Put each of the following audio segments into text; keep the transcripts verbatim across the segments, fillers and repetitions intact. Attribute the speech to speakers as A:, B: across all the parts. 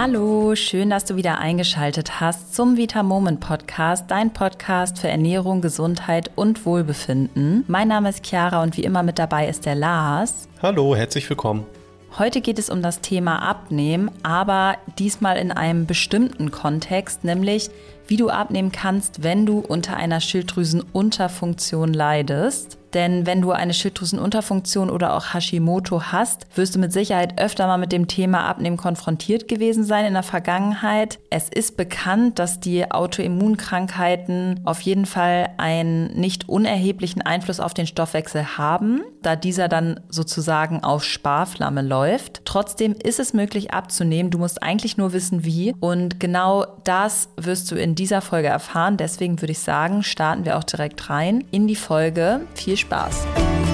A: Hallo, schön, dass du wieder eingeschaltet hast zum Vita Moment Podcast, dein Podcast für Ernährung, Gesundheit und Wohlbefinden. Mein Name ist Chiara und wie immer mit dabei ist der Lars.
B: Hallo, herzlich willkommen.
A: Heute geht es um das Thema Abnehmen, aber diesmal in einem bestimmten Kontext, nämlich wie du abnehmen kannst, wenn du unter einer Schilddrüsenunterfunktion leidest. Denn wenn du eine Schilddrüsenunterfunktion oder auch Hashimoto hast, wirst du mit Sicherheit öfter mal mit dem Thema Abnehmen konfrontiert gewesen sein in der Vergangenheit. Es ist bekannt, dass die Autoimmunkrankheiten auf jeden Fall einen nicht unerheblichen Einfluss auf den Stoffwechsel haben, da dieser dann sozusagen auf Sparflamme läuft. Trotzdem ist es möglich abzunehmen. Du musst eigentlich nur wissen, wie. Und genau das wirst du in dieser Folge erfahren. Deswegen würde ich sagen, starten wir auch direkt rein in die Folge. Viel Spaß!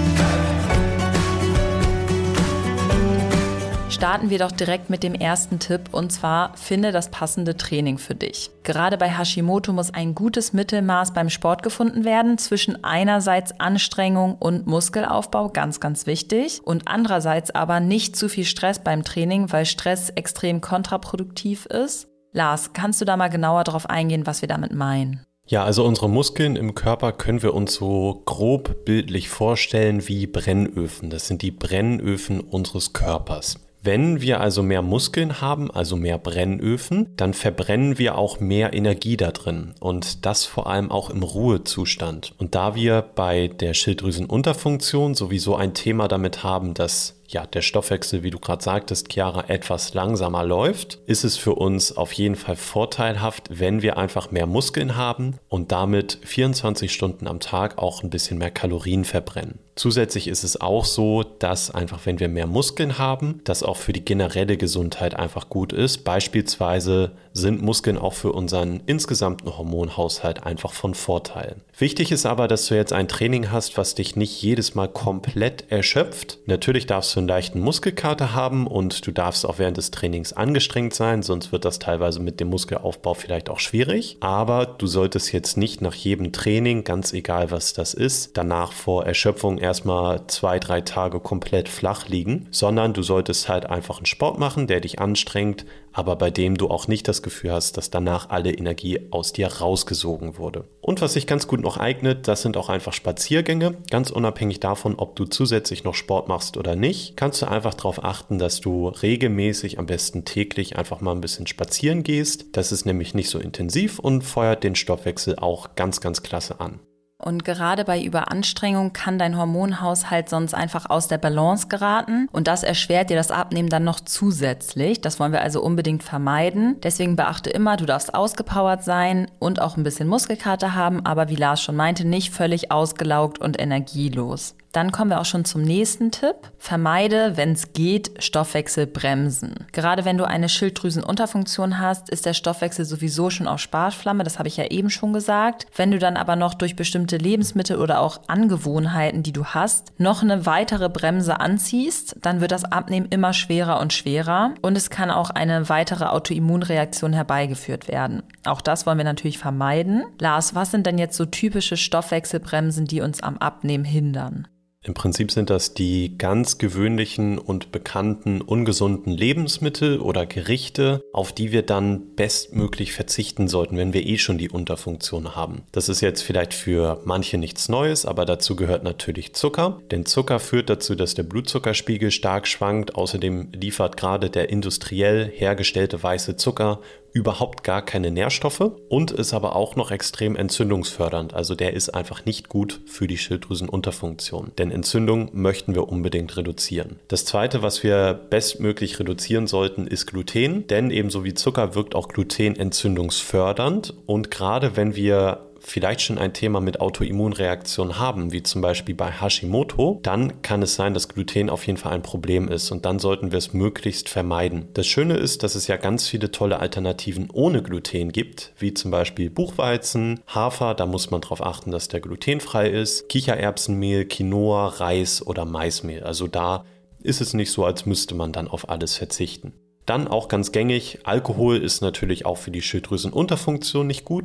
A: Starten wir doch direkt mit dem ersten Tipp und zwar finde das passende Training für dich. Gerade bei Hashimoto muss ein gutes Mittelmaß beim Sport gefunden werden zwischen einerseits Anstrengung und Muskelaufbau, ganz, ganz wichtig, und andererseits aber nicht zu viel Stress beim Training, weil Stress extrem kontraproduktiv ist. Lars, kannst du da mal genauer drauf eingehen, was wir damit meinen?
B: Ja, also unsere Muskeln im Körper können wir uns so grob bildlich vorstellen wie Brennöfen. Das sind die Brennöfen unseres Körpers. Wenn wir also mehr Muskeln haben, also mehr Brennöfen, dann verbrennen wir auch mehr Energie da drin und das vor allem auch im Ruhezustand. Und da wir bei der Schilddrüsenunterfunktion sowieso ein Thema damit haben, dass ja, der Stoffwechsel, wie du gerade sagtest, Chiara, etwas langsamer läuft, ist es für uns auf jeden Fall vorteilhaft, wenn wir einfach mehr Muskeln haben und damit vierundzwanzig Stunden am Tag auch ein bisschen mehr Kalorien verbrennen. Zusätzlich ist es auch so, dass einfach, wenn wir mehr Muskeln haben, das auch für die generelle Gesundheit einfach gut ist. Beispielsweise sind Muskeln auch für unseren insgesamten Hormonhaushalt einfach von Vorteil. Wichtig ist aber, dass du jetzt ein Training hast, was dich nicht jedes Mal komplett erschöpft. Natürlich darfst du einen leichten Muskelkater haben und du darfst auch während des Trainings angestrengt sein, sonst wird das teilweise mit dem Muskelaufbau vielleicht auch schwierig. Aber du solltest jetzt nicht nach jedem Training, ganz egal was das ist, danach vor Erschöpfung erstmal zwei, drei Tage komplett flach liegen, sondern du solltest halt einfach einen Sport machen, der dich anstrengt, aber bei dem du auch nicht das Gefühl hast, dass danach alle Energie aus dir rausgesogen wurde. Und was sich ganz gut noch eignet, das sind auch einfach Spaziergänge. Ganz unabhängig davon, ob du zusätzlich noch Sport machst oder nicht, kannst du einfach darauf achten, dass du regelmäßig, am besten täglich, einfach mal ein bisschen spazieren gehst. Das ist nämlich nicht so intensiv und feuert den Stoffwechsel auch ganz, ganz klasse an.
A: Und gerade bei Überanstrengung kann dein Hormonhaushalt sonst einfach aus der Balance geraten und das erschwert dir das Abnehmen dann noch zusätzlich. Das wollen wir also unbedingt vermeiden. Deswegen beachte immer, du darfst ausgepowert sein und auch ein bisschen Muskelkater haben, aber wie Lars schon meinte, nicht völlig ausgelaugt und energielos. Dann kommen wir auch schon zum nächsten Tipp. Vermeide, wenn es geht, Stoffwechsel bremsen. Gerade wenn du eine Schilddrüsenunterfunktion hast, ist der Stoffwechsel sowieso schon auf Sparflamme, das habe ich ja eben schon gesagt. Wenn du dann aber noch durch bestimmte Lebensmittel oder auch Angewohnheiten, die du hast, noch eine weitere Bremse anziehst, dann wird das Abnehmen immer schwerer und schwerer und es kann auch eine weitere Autoimmunreaktion herbeigeführt werden. Auch das wollen wir natürlich vermeiden. Lars, was sind denn jetzt so typische Stoffwechselbremsen, die uns am Abnehmen hindern?
B: Im Prinzip sind das die ganz gewöhnlichen und bekannten ungesunden Lebensmittel oder Gerichte, auf die wir dann bestmöglich verzichten sollten, wenn wir eh schon die Unterfunktion haben. Das ist jetzt vielleicht für manche nichts Neues, aber dazu gehört natürlich Zucker. Denn Zucker führt dazu, dass der Blutzuckerspiegel stark schwankt. Außerdem liefert gerade der industriell hergestellte weiße Zucker überhaupt gar keine Nährstoffe und ist aber auch noch extrem entzündungsfördernd. Also der ist einfach nicht gut für die Schilddrüsenunterfunktion. Denn Entzündung möchten wir unbedingt reduzieren. Das zweite, was wir bestmöglich reduzieren sollten, ist Gluten. Denn ebenso wie Zucker wirkt auch Gluten entzündungsfördernd. Und gerade wenn wir vielleicht schon ein Thema mit Autoimmunreaktionen haben, wie zum Beispiel bei Hashimoto, dann kann es sein, dass Gluten auf jeden Fall ein Problem ist und dann sollten wir es möglichst vermeiden. Das Schöne ist, dass es ja ganz viele tolle Alternativen ohne Gluten gibt, wie zum Beispiel Buchweizen, Hafer, da muss man darauf achten, dass der glutenfrei ist, Kichererbsenmehl, Quinoa, Reis oder Maismehl. Also da ist es nicht so, als müsste man dann auf alles verzichten. Dann auch ganz gängig, Alkohol ist natürlich auch für die Schilddrüsenunterfunktion nicht gut.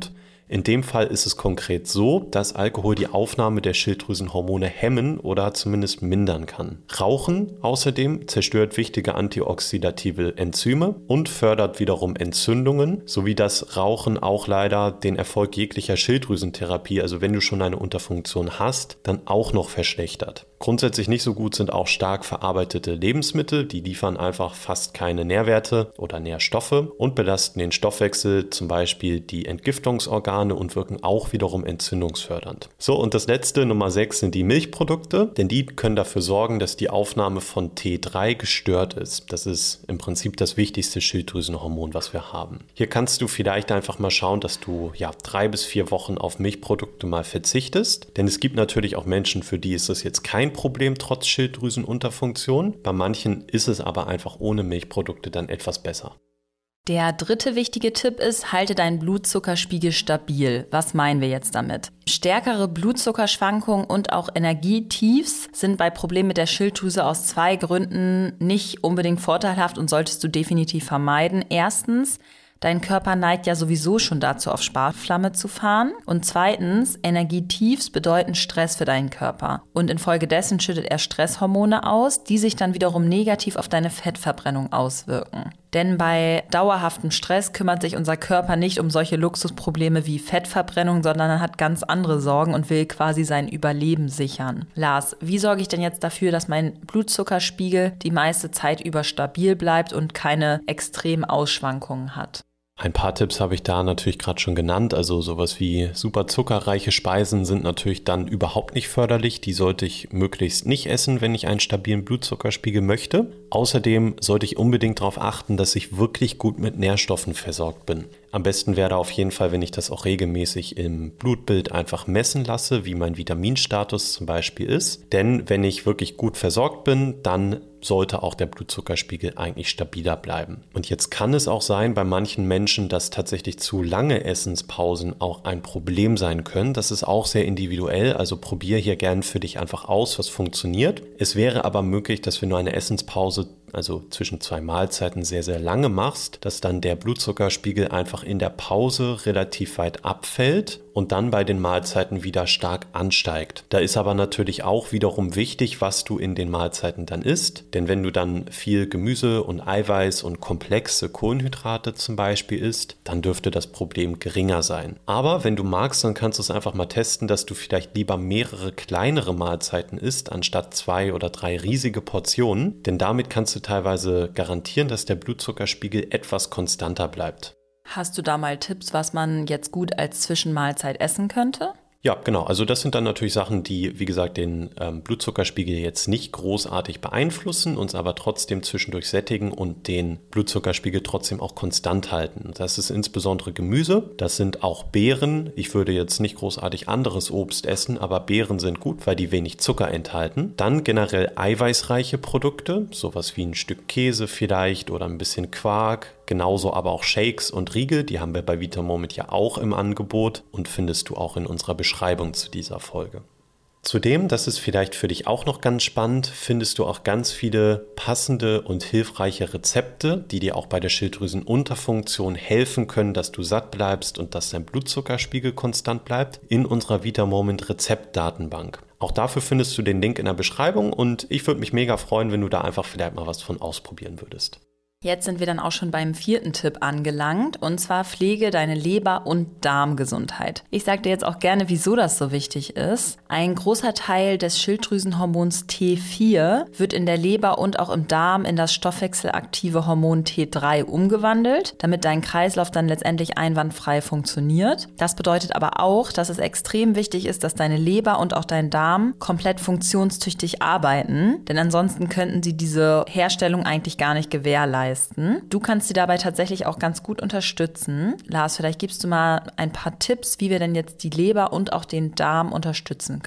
B: In dem Fall ist es konkret so, dass Alkohol die Aufnahme der Schilddrüsenhormone hemmen oder zumindest mindern kann. Rauchen außerdem zerstört wichtige antioxidative Enzyme und fördert wiederum Entzündungen, sowie das Rauchen auch leider den Erfolg jeglicher Schilddrüsentherapie, also wenn du schon eine Unterfunktion hast, dann auch noch verschlechtert. Grundsätzlich nicht so gut sind auch stark verarbeitete Lebensmittel, die liefern einfach fast keine Nährwerte oder Nährstoffe und belasten den Stoffwechsel, zum Beispiel die Entgiftungsorgane und wirken auch wiederum entzündungsfördernd. So, und das letzte, Nummer sechs, sind die Milchprodukte, denn die können dafür sorgen, dass die Aufnahme von T drei gestört ist. Das ist im Prinzip das wichtigste Schilddrüsenhormon, was wir haben. Hier kannst du vielleicht einfach mal schauen, dass du ja drei bis vier Wochen auf Milchprodukte mal verzichtest, denn es gibt natürlich auch Menschen, für die ist das jetzt kein Problem trotz Schilddrüsenunterfunktion. Bei manchen ist es aber einfach ohne Milchprodukte dann etwas besser.
A: Der dritte wichtige Tipp ist, halte deinen Blutzuckerspiegel stabil. Was meinen wir jetzt damit? Stärkere Blutzuckerschwankungen und auch Energietiefs sind bei Problemen mit der Schilddrüse aus zwei Gründen nicht unbedingt vorteilhaft und solltest du definitiv vermeiden. Erstens, dein Körper neigt ja sowieso schon dazu, auf Sparflamme zu fahren. Und zweitens, Energietiefs bedeuten Stress für deinen Körper. Und infolgedessen schüttet er Stresshormone aus, die sich dann wiederum negativ auf deine Fettverbrennung auswirken. Denn bei dauerhaftem Stress kümmert sich unser Körper nicht um solche Luxusprobleme wie Fettverbrennung, sondern er hat ganz andere Sorgen und will quasi sein Überleben sichern. Lars, wie sorge ich denn jetzt dafür, dass mein Blutzuckerspiegel die meiste Zeit über stabil bleibt und keine extremen Ausschwankungen hat?
B: Ein paar Tipps habe ich da natürlich gerade schon genannt, also sowas wie super zuckerreiche Speisen sind natürlich dann überhaupt nicht förderlich, die sollte ich möglichst nicht essen, wenn ich einen stabilen Blutzuckerspiegel möchte. Außerdem sollte ich unbedingt darauf achten, dass ich wirklich gut mit Nährstoffen versorgt bin. Am besten wäre auf jeden Fall, wenn ich das auch regelmäßig im Blutbild einfach messen lasse, wie mein Vitaminstatus zum Beispiel ist. Denn wenn ich wirklich gut versorgt bin, dann sollte auch der Blutzuckerspiegel eigentlich stabiler bleiben. Und jetzt kann es auch sein bei manchen Menschen, dass tatsächlich zu lange Essenspausen auch ein Problem sein können. Das ist auch sehr individuell, also probier hier gern für dich einfach aus, was funktioniert. Es wäre aber möglich, dass wenn du eine Essenspause, also zwischen zwei Mahlzeiten, sehr, sehr lange machst, dass dann der Blutzuckerspiegel einfach in der Pause relativ weit abfällt und dann bei den Mahlzeiten wieder stark ansteigt. Da ist aber natürlich auch wiederum wichtig, was du in den Mahlzeiten dann isst, denn wenn du dann viel Gemüse und Eiweiß und komplexe Kohlenhydrate zum Beispiel isst, dann dürfte das Problem geringer sein. Aber wenn du magst, dann kannst du es einfach mal testen, dass du vielleicht lieber mehrere kleinere Mahlzeiten isst, anstatt zwei oder drei riesige Portionen, denn damit kannst du teilweise garantieren, dass der Blutzuckerspiegel etwas konstanter bleibt.
A: Hast du da mal Tipps, was man jetzt gut als Zwischenmahlzeit essen könnte?
B: Ja, genau. Also das sind dann natürlich Sachen, die, wie gesagt, den ähm, Blutzuckerspiegel jetzt nicht großartig beeinflussen, uns aber trotzdem zwischendurch sättigen und den Blutzuckerspiegel trotzdem auch konstant halten. Das ist insbesondere Gemüse, das sind auch Beeren. Ich würde jetzt nicht großartig anderes Obst essen, aber Beeren sind gut, weil die wenig Zucker enthalten. Dann generell eiweißreiche Produkte, sowas wie ein Stück Käse vielleicht oder ein bisschen Quark. Genauso aber auch Shakes und Riegel, die haben wir bei Vitamoment ja auch im Angebot und findest du auch in unserer Beschreibung zu dieser Folge. Zudem, das ist vielleicht für dich auch noch ganz spannend, findest du auch ganz viele passende und hilfreiche Rezepte, die dir auch bei der Schilddrüsenunterfunktion helfen können, dass du satt bleibst und dass dein Blutzuckerspiegel konstant bleibt, in unserer Vitamoment Rezeptdatenbank. Auch dafür findest du den Link in der Beschreibung und ich würde mich mega freuen, wenn du da einfach vielleicht mal was von ausprobieren würdest.
A: Jetzt sind wir dann auch schon beim vierten Tipp angelangt, und zwar pflege deine Leber- und Darmgesundheit. Ich sage dir jetzt auch gerne, wieso das so wichtig ist. Ein großer Teil des Schilddrüsenhormons T vier wird in der Leber und auch im Darm in das stoffwechselaktive Hormon T drei umgewandelt, damit dein Kreislauf dann letztendlich einwandfrei funktioniert. Das bedeutet aber auch, dass es extrem wichtig ist, dass deine Leber und auch dein Darm komplett funktionstüchtig arbeiten, denn ansonsten könnten sie diese Herstellung eigentlich gar nicht gewährleisten. Du kannst sie dabei tatsächlich auch ganz gut unterstützen. Lars, vielleicht gibst du mal ein paar Tipps, wie wir denn jetzt die Leber und auch den Darm unterstützen können.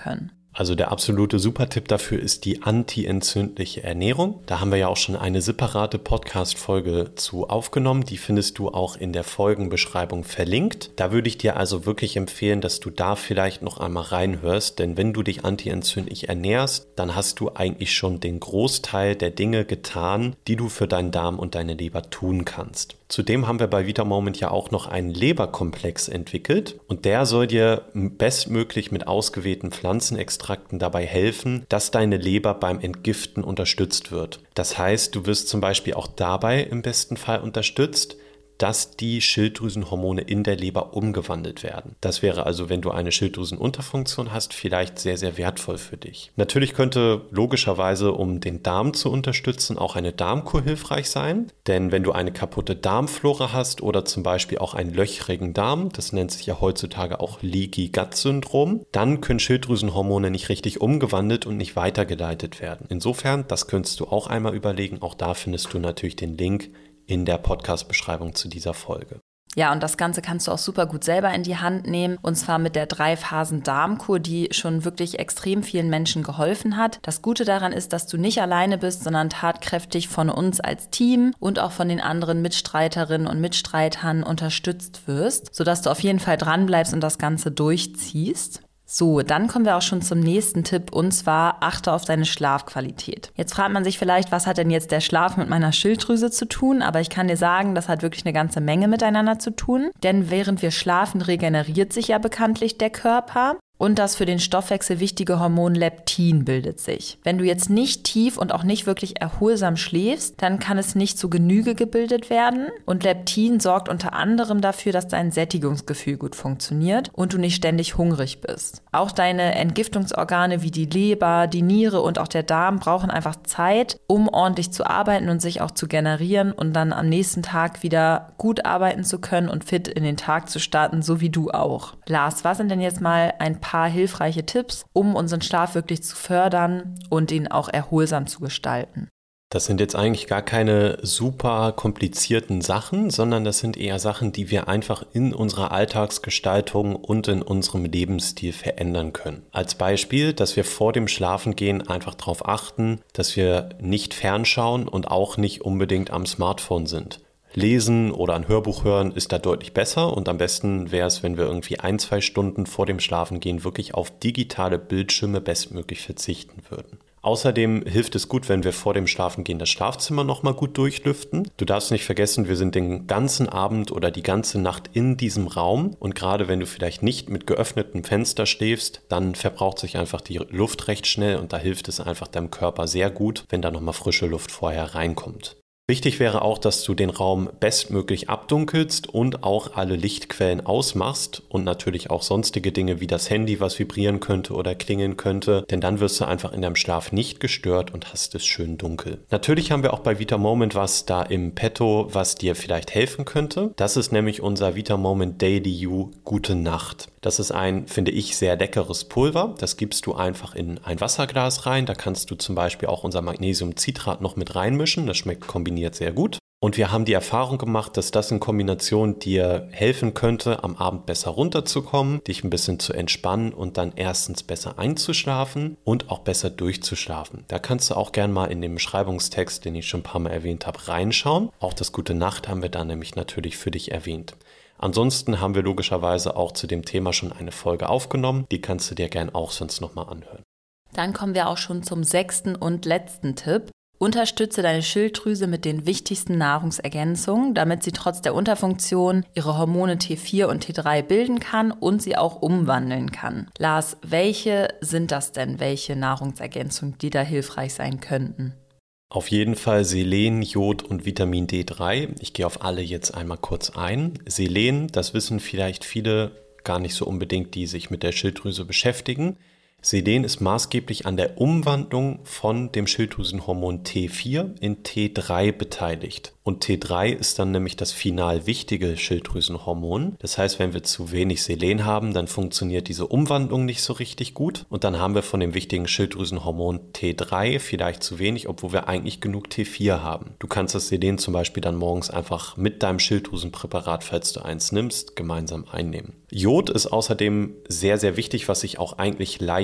B: Also der absolute Supertipp dafür ist die antientzündliche Ernährung. Da haben wir ja auch schon eine separate Podcast-Folge zu aufgenommen. Die findest du auch in der Folgenbeschreibung verlinkt. Da würde ich dir also wirklich empfehlen, dass du da vielleicht noch einmal reinhörst. Denn wenn du dich antientzündlich ernährst, dann hast du eigentlich schon den Großteil der Dinge getan, die du für deinen Darm und deine Leber tun kannst. Zudem haben wir bei VitaMoment ja auch noch einen Leberkomplex entwickelt und der soll dir bestmöglich mit ausgewählten Pflanzenextrakten dabei helfen, dass deine Leber beim Entgiften unterstützt wird. Das heißt, du wirst zum Beispiel auch dabei im besten Fall unterstützt, dass die Schilddrüsenhormone in der Leber umgewandelt werden. Das wäre also, wenn du eine Schilddrüsenunterfunktion hast, vielleicht sehr, sehr wertvoll für dich. Natürlich könnte logischerweise, um den Darm zu unterstützen, auch eine Darmkur hilfreich sein. Denn wenn du eine kaputte Darmflora hast oder zum Beispiel auch einen löchrigen Darm, das nennt sich ja heutzutage auch Leaky Gut Syndrom, dann können Schilddrüsenhormone nicht richtig umgewandelt und nicht weitergeleitet werden. Insofern, das könntest du auch einmal überlegen. Auch da findest du natürlich den Link in der Podcast-Beschreibung zu dieser Folge.
A: Ja, und das Ganze kannst du auch super gut selber in die Hand nehmen. Und zwar mit der Drei-Phasen-Darmkur, die schon wirklich extrem vielen Menschen geholfen hat. Das Gute daran ist, dass du nicht alleine bist, sondern tatkräftig von uns als Team und auch von den anderen Mitstreiterinnen und Mitstreitern unterstützt wirst, sodass du auf jeden Fall dranbleibst und das Ganze durchziehst. So, dann kommen wir auch schon zum nächsten Tipp und zwar achte auf deine Schlafqualität. Jetzt fragt man sich vielleicht, was hat denn jetzt der Schlaf mit meiner Schilddrüse zu tun? Aber ich kann dir sagen, das hat wirklich eine ganze Menge miteinander zu tun. Denn während wir schlafen, regeneriert sich ja bekanntlich der Körper. Und das für den Stoffwechsel wichtige Hormon Leptin bildet sich. Wenn du jetzt nicht tief und auch nicht wirklich erholsam schläfst, dann kann es nicht zu Genüge gebildet werden. Und Leptin sorgt unter anderem dafür, dass dein Sättigungsgefühl gut funktioniert und du nicht ständig hungrig bist. Auch deine Entgiftungsorgane wie die Leber, die Niere und auch der Darm brauchen einfach Zeit, um ordentlich zu arbeiten und sich auch zu generieren und dann am nächsten Tag wieder gut arbeiten zu können und fit in den Tag zu starten, so wie du auch. Lars, was sind denn jetzt mal ein paar paar hilfreiche Tipps, um unseren Schlaf wirklich zu fördern und ihn auch erholsam zu gestalten?
B: Das sind jetzt eigentlich gar keine super komplizierten Sachen, sondern das sind eher Sachen, die wir einfach in unserer Alltagsgestaltung und in unserem Lebensstil verändern können. Als Beispiel, dass wir vor dem Schlafengehen einfach darauf achten, dass wir nicht fernschauen und auch nicht unbedingt am Smartphone sind. Lesen oder ein Hörbuch hören ist da deutlich besser und am besten wäre es, wenn wir irgendwie ein, zwei Stunden vor dem Schlafengehen wirklich auf digitale Bildschirme bestmöglich verzichten würden. Außerdem hilft es gut, wenn wir vor dem Schlafengehen das Schlafzimmer nochmal gut durchlüften. Du darfst nicht vergessen, wir sind den ganzen Abend oder die ganze Nacht in diesem Raum und gerade wenn du vielleicht nicht mit geöffnetem Fenster schläfst, dann verbraucht sich einfach die Luft recht schnell und da hilft es einfach deinem Körper sehr gut, wenn da nochmal frische Luft vorher reinkommt. Wichtig wäre auch, dass du den Raum bestmöglich abdunkelst und auch alle Lichtquellen ausmachst und natürlich auch sonstige Dinge wie das Handy, was vibrieren könnte oder klingeln könnte, denn dann wirst du einfach in deinem Schlaf nicht gestört und hast es schön dunkel. Natürlich haben wir auch bei VitaMoment was da im Petto, was dir vielleicht helfen könnte. Das ist nämlich unser VitaMoment Daily You Gute Nacht. Das ist ein, finde ich, sehr leckeres Pulver. Das gibst du einfach in ein Wasserglas rein. Da kannst du zum Beispiel auch unser Magnesiumcitrat noch mit reinmischen. Das schmeckt kombiniert sehr gut. Und wir haben die Erfahrung gemacht, dass das in Kombination dir helfen könnte, am Abend besser runterzukommen, dich ein bisschen zu entspannen und dann erstens besser einzuschlafen und auch besser durchzuschlafen. Da kannst du auch gern mal in den Beschreibungstext, den ich schon ein paar Mal erwähnt habe, reinschauen. Auch das Gute Nacht haben wir da nämlich natürlich für dich erwähnt. Ansonsten haben wir logischerweise auch zu dem Thema schon eine Folge aufgenommen. Die kannst du dir gern auch sonst nochmal anhören.
A: Dann kommen wir auch schon zum sechsten und letzten Tipp. Unterstütze deine Schilddrüse mit den wichtigsten Nahrungsergänzungen, damit sie trotz der Unterfunktion ihre Hormone T vier und T drei bilden kann und sie auch umwandeln kann. Lars, welche sind das denn, welche Nahrungsergänzungen, die da hilfreich sein könnten?
B: Auf jeden Fall Selen, Jod und Vitamin D drei. Ich gehe auf alle jetzt einmal kurz ein. Selen, das wissen vielleicht viele gar nicht so unbedingt, die sich mit der Schilddrüse beschäftigen. Selen ist maßgeblich an der Umwandlung von dem Schilddrüsenhormon T vier in T drei beteiligt. Und T drei ist dann nämlich das final wichtige Schilddrüsenhormon. Das heißt, wenn wir zu wenig Selen haben, dann funktioniert diese Umwandlung nicht so richtig gut. Und dann haben wir von dem wichtigen Schilddrüsenhormon T drei vielleicht zu wenig, obwohl wir eigentlich genug T vier haben. Du kannst das Selen zum Beispiel dann morgens einfach mit deinem Schilddrüsenpräparat, falls du eins nimmst, gemeinsam einnehmen. Jod ist außerdem sehr, sehr wichtig, was sich auch eigentlich leicht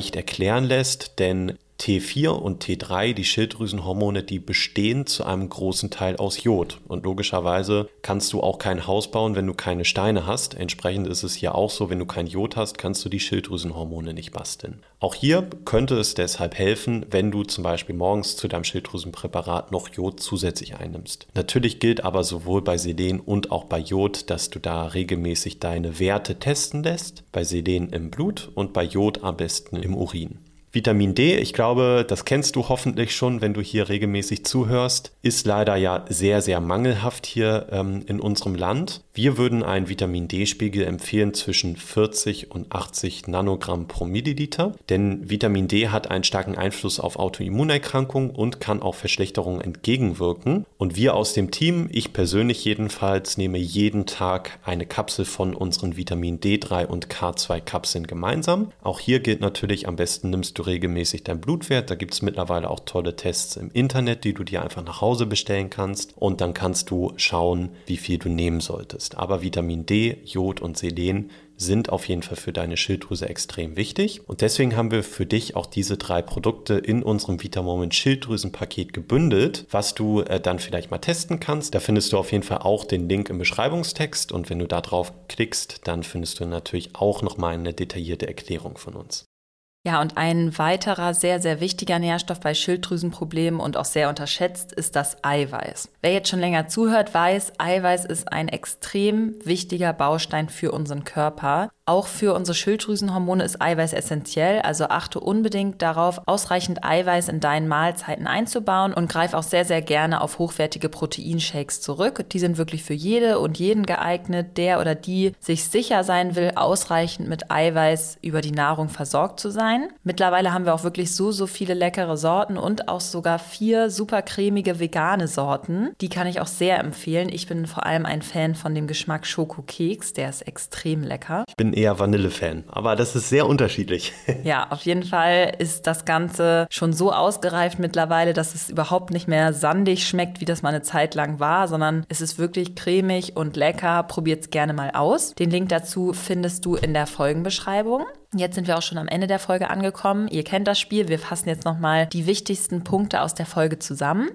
B: leicht erklären lässt, denn T vier und T drei, die Schilddrüsenhormone, die bestehen zu einem großen Teil aus Jod. Und logischerweise kannst du auch kein Haus bauen, wenn du keine Steine hast. Entsprechend ist es hier auch so, wenn du kein Jod hast, kannst du die Schilddrüsenhormone nicht basteln. Auch hier könnte es deshalb helfen, wenn du zum Beispiel morgens zu deinem Schilddrüsenpräparat noch Jod zusätzlich einnimmst. Natürlich gilt aber sowohl bei Selen und auch bei Jod, dass du da regelmäßig deine Werte testen lässt. Bei Selen im Blut und bei Jod am besten im Urin. Vitamin D, ich glaube, das kennst du hoffentlich schon, wenn du hier regelmäßig zuhörst, ist leider ja sehr, sehr mangelhaft hier ähm, in unserem Land. Wir würden einen Vitamin D-Spiegel empfehlen zwischen vierzig und achtzig Nanogramm pro Milliliter, denn Vitamin D hat einen starken Einfluss auf Autoimmunerkrankungen und kann auch Verschlechterungen entgegenwirken. Und wir aus dem Team, ich persönlich jedenfalls, nehme jeden Tag eine Kapsel von unseren Vitamin D drei und K zwei Kapseln gemeinsam. Auch hier gilt natürlich, am besten nimmst du regelmäßig deinen Blutwert. Da gibt es mittlerweile auch tolle Tests im Internet, die du dir einfach nach Hause bestellen kannst. Und dann kannst du schauen, wie viel du nehmen solltest. Aber Vitamin D, Jod und Selen sind auf jeden Fall für deine Schilddrüse extrem wichtig. Und deswegen haben wir für dich auch diese drei Produkte in unserem Vitamoment Schilddrüsenpaket gebündelt, was du äh, dann vielleicht mal testen kannst. Da findest du auf jeden Fall auch den Link im Beschreibungstext. Und wenn du da drauf klickst, dann findest du natürlich auch nochmal eine detaillierte Erklärung von uns.
A: Ja, und ein weiterer sehr, sehr wichtiger Nährstoff bei Schilddrüsenproblemen und auch sehr unterschätzt ist das Eiweiß. Wer jetzt schon länger zuhört, weiß, Eiweiß ist ein extrem wichtiger Baustein für unseren Körper. Auch für unsere Schilddrüsenhormone ist Eiweiß essentiell, also achte unbedingt darauf, ausreichend Eiweiß in deinen Mahlzeiten einzubauen und greif auch sehr, sehr gerne auf hochwertige Proteinshakes zurück. Die sind wirklich für jede und jeden geeignet, der oder die sich sicher sein will, ausreichend mit Eiweiß über die Nahrung versorgt zu sein. Mittlerweile haben wir auch wirklich so, so viele leckere Sorten und auch sogar vier super cremige vegane Sorten. Die kann ich auch sehr empfehlen. Ich bin vor allem ein Fan von dem Geschmack Schokokeks, der ist extrem lecker.
B: Ich bin eher Vanille-Fan, aber das ist sehr unterschiedlich.
A: Ja, auf jeden Fall ist das Ganze schon so ausgereift mittlerweile, dass es überhaupt nicht mehr sandig schmeckt, wie das mal eine Zeit lang war, sondern es ist wirklich cremig und lecker. Probiert's gerne mal aus. Den Link dazu findest du in der Folgenbeschreibung. Jetzt sind wir auch schon am Ende der Folge angekommen. Ihr kennt das Spiel. Wir fassen jetzt nochmal die wichtigsten Punkte aus der Folge zusammen.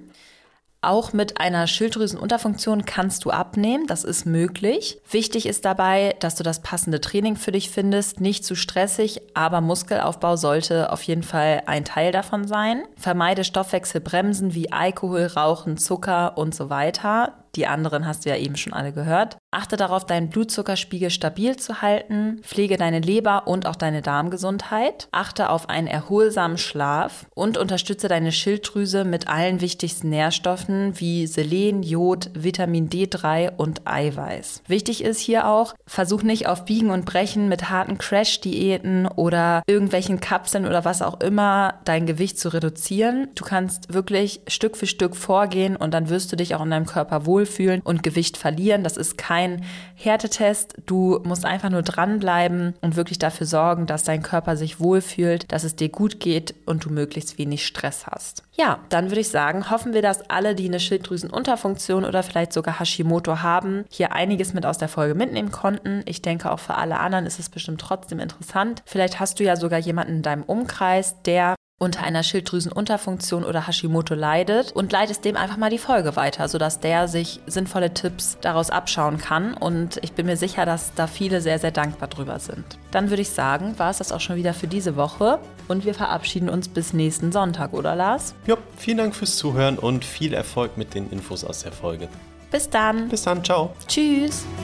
A: Auch mit einer Schilddrüsenunterfunktion kannst du abnehmen, das ist möglich. Wichtig ist dabei, dass du das passende Training für dich findest, nicht zu stressig, aber Muskelaufbau sollte auf jeden Fall ein Teil davon sein. Vermeide Stoffwechselbremsen wie Alkohol, Rauchen, Zucker und so weiter. Die anderen hast du ja eben schon alle gehört. Achte darauf, deinen Blutzuckerspiegel stabil zu halten. Pflege deine Leber und auch deine Darmgesundheit. Achte auf einen erholsamen Schlaf und unterstütze deine Schilddrüse mit allen wichtigsten Nährstoffen wie Selen, Jod, Vitamin D drei und Eiweiß. Wichtig ist hier auch, versuch nicht auf Biegen und Brechen mit harten Crash-Diäten oder irgendwelchen Kapseln oder was auch immer dein Gewicht zu reduzieren. Du kannst wirklich Stück für Stück vorgehen und dann wirst du dich auch in deinem Körper wohlfühlen und Gewicht verlieren. Das ist kein Härtetest. Du musst einfach nur dranbleiben und wirklich dafür sorgen, dass dein Körper sich wohlfühlt, dass es dir gut geht und du möglichst wenig Stress hast. Ja, dann würde ich sagen, hoffen wir, dass alle, die eine Schilddrüsenunterfunktion oder vielleicht sogar Hashimoto haben, hier einiges mit aus der Folge mitnehmen konnten. Ich denke, auch für alle anderen ist es bestimmt trotzdem interessant. Vielleicht hast du ja sogar jemanden in deinem Umkreis, der unter einer Schilddrüsenunterfunktion oder Hashimoto leidet und leitest dem einfach mal die Folge weiter, sodass der sich sinnvolle Tipps daraus abschauen kann und ich bin mir sicher, dass da viele sehr, sehr dankbar drüber sind. Dann würde ich sagen, war es das auch schon wieder für diese Woche und wir verabschieden uns bis nächsten Sonntag, oder Lars?
B: Ja, vielen Dank fürs Zuhören und viel Erfolg mit den Infos aus der Folge.
A: Bis dann.
B: Bis dann, ciao.
A: Tschüss.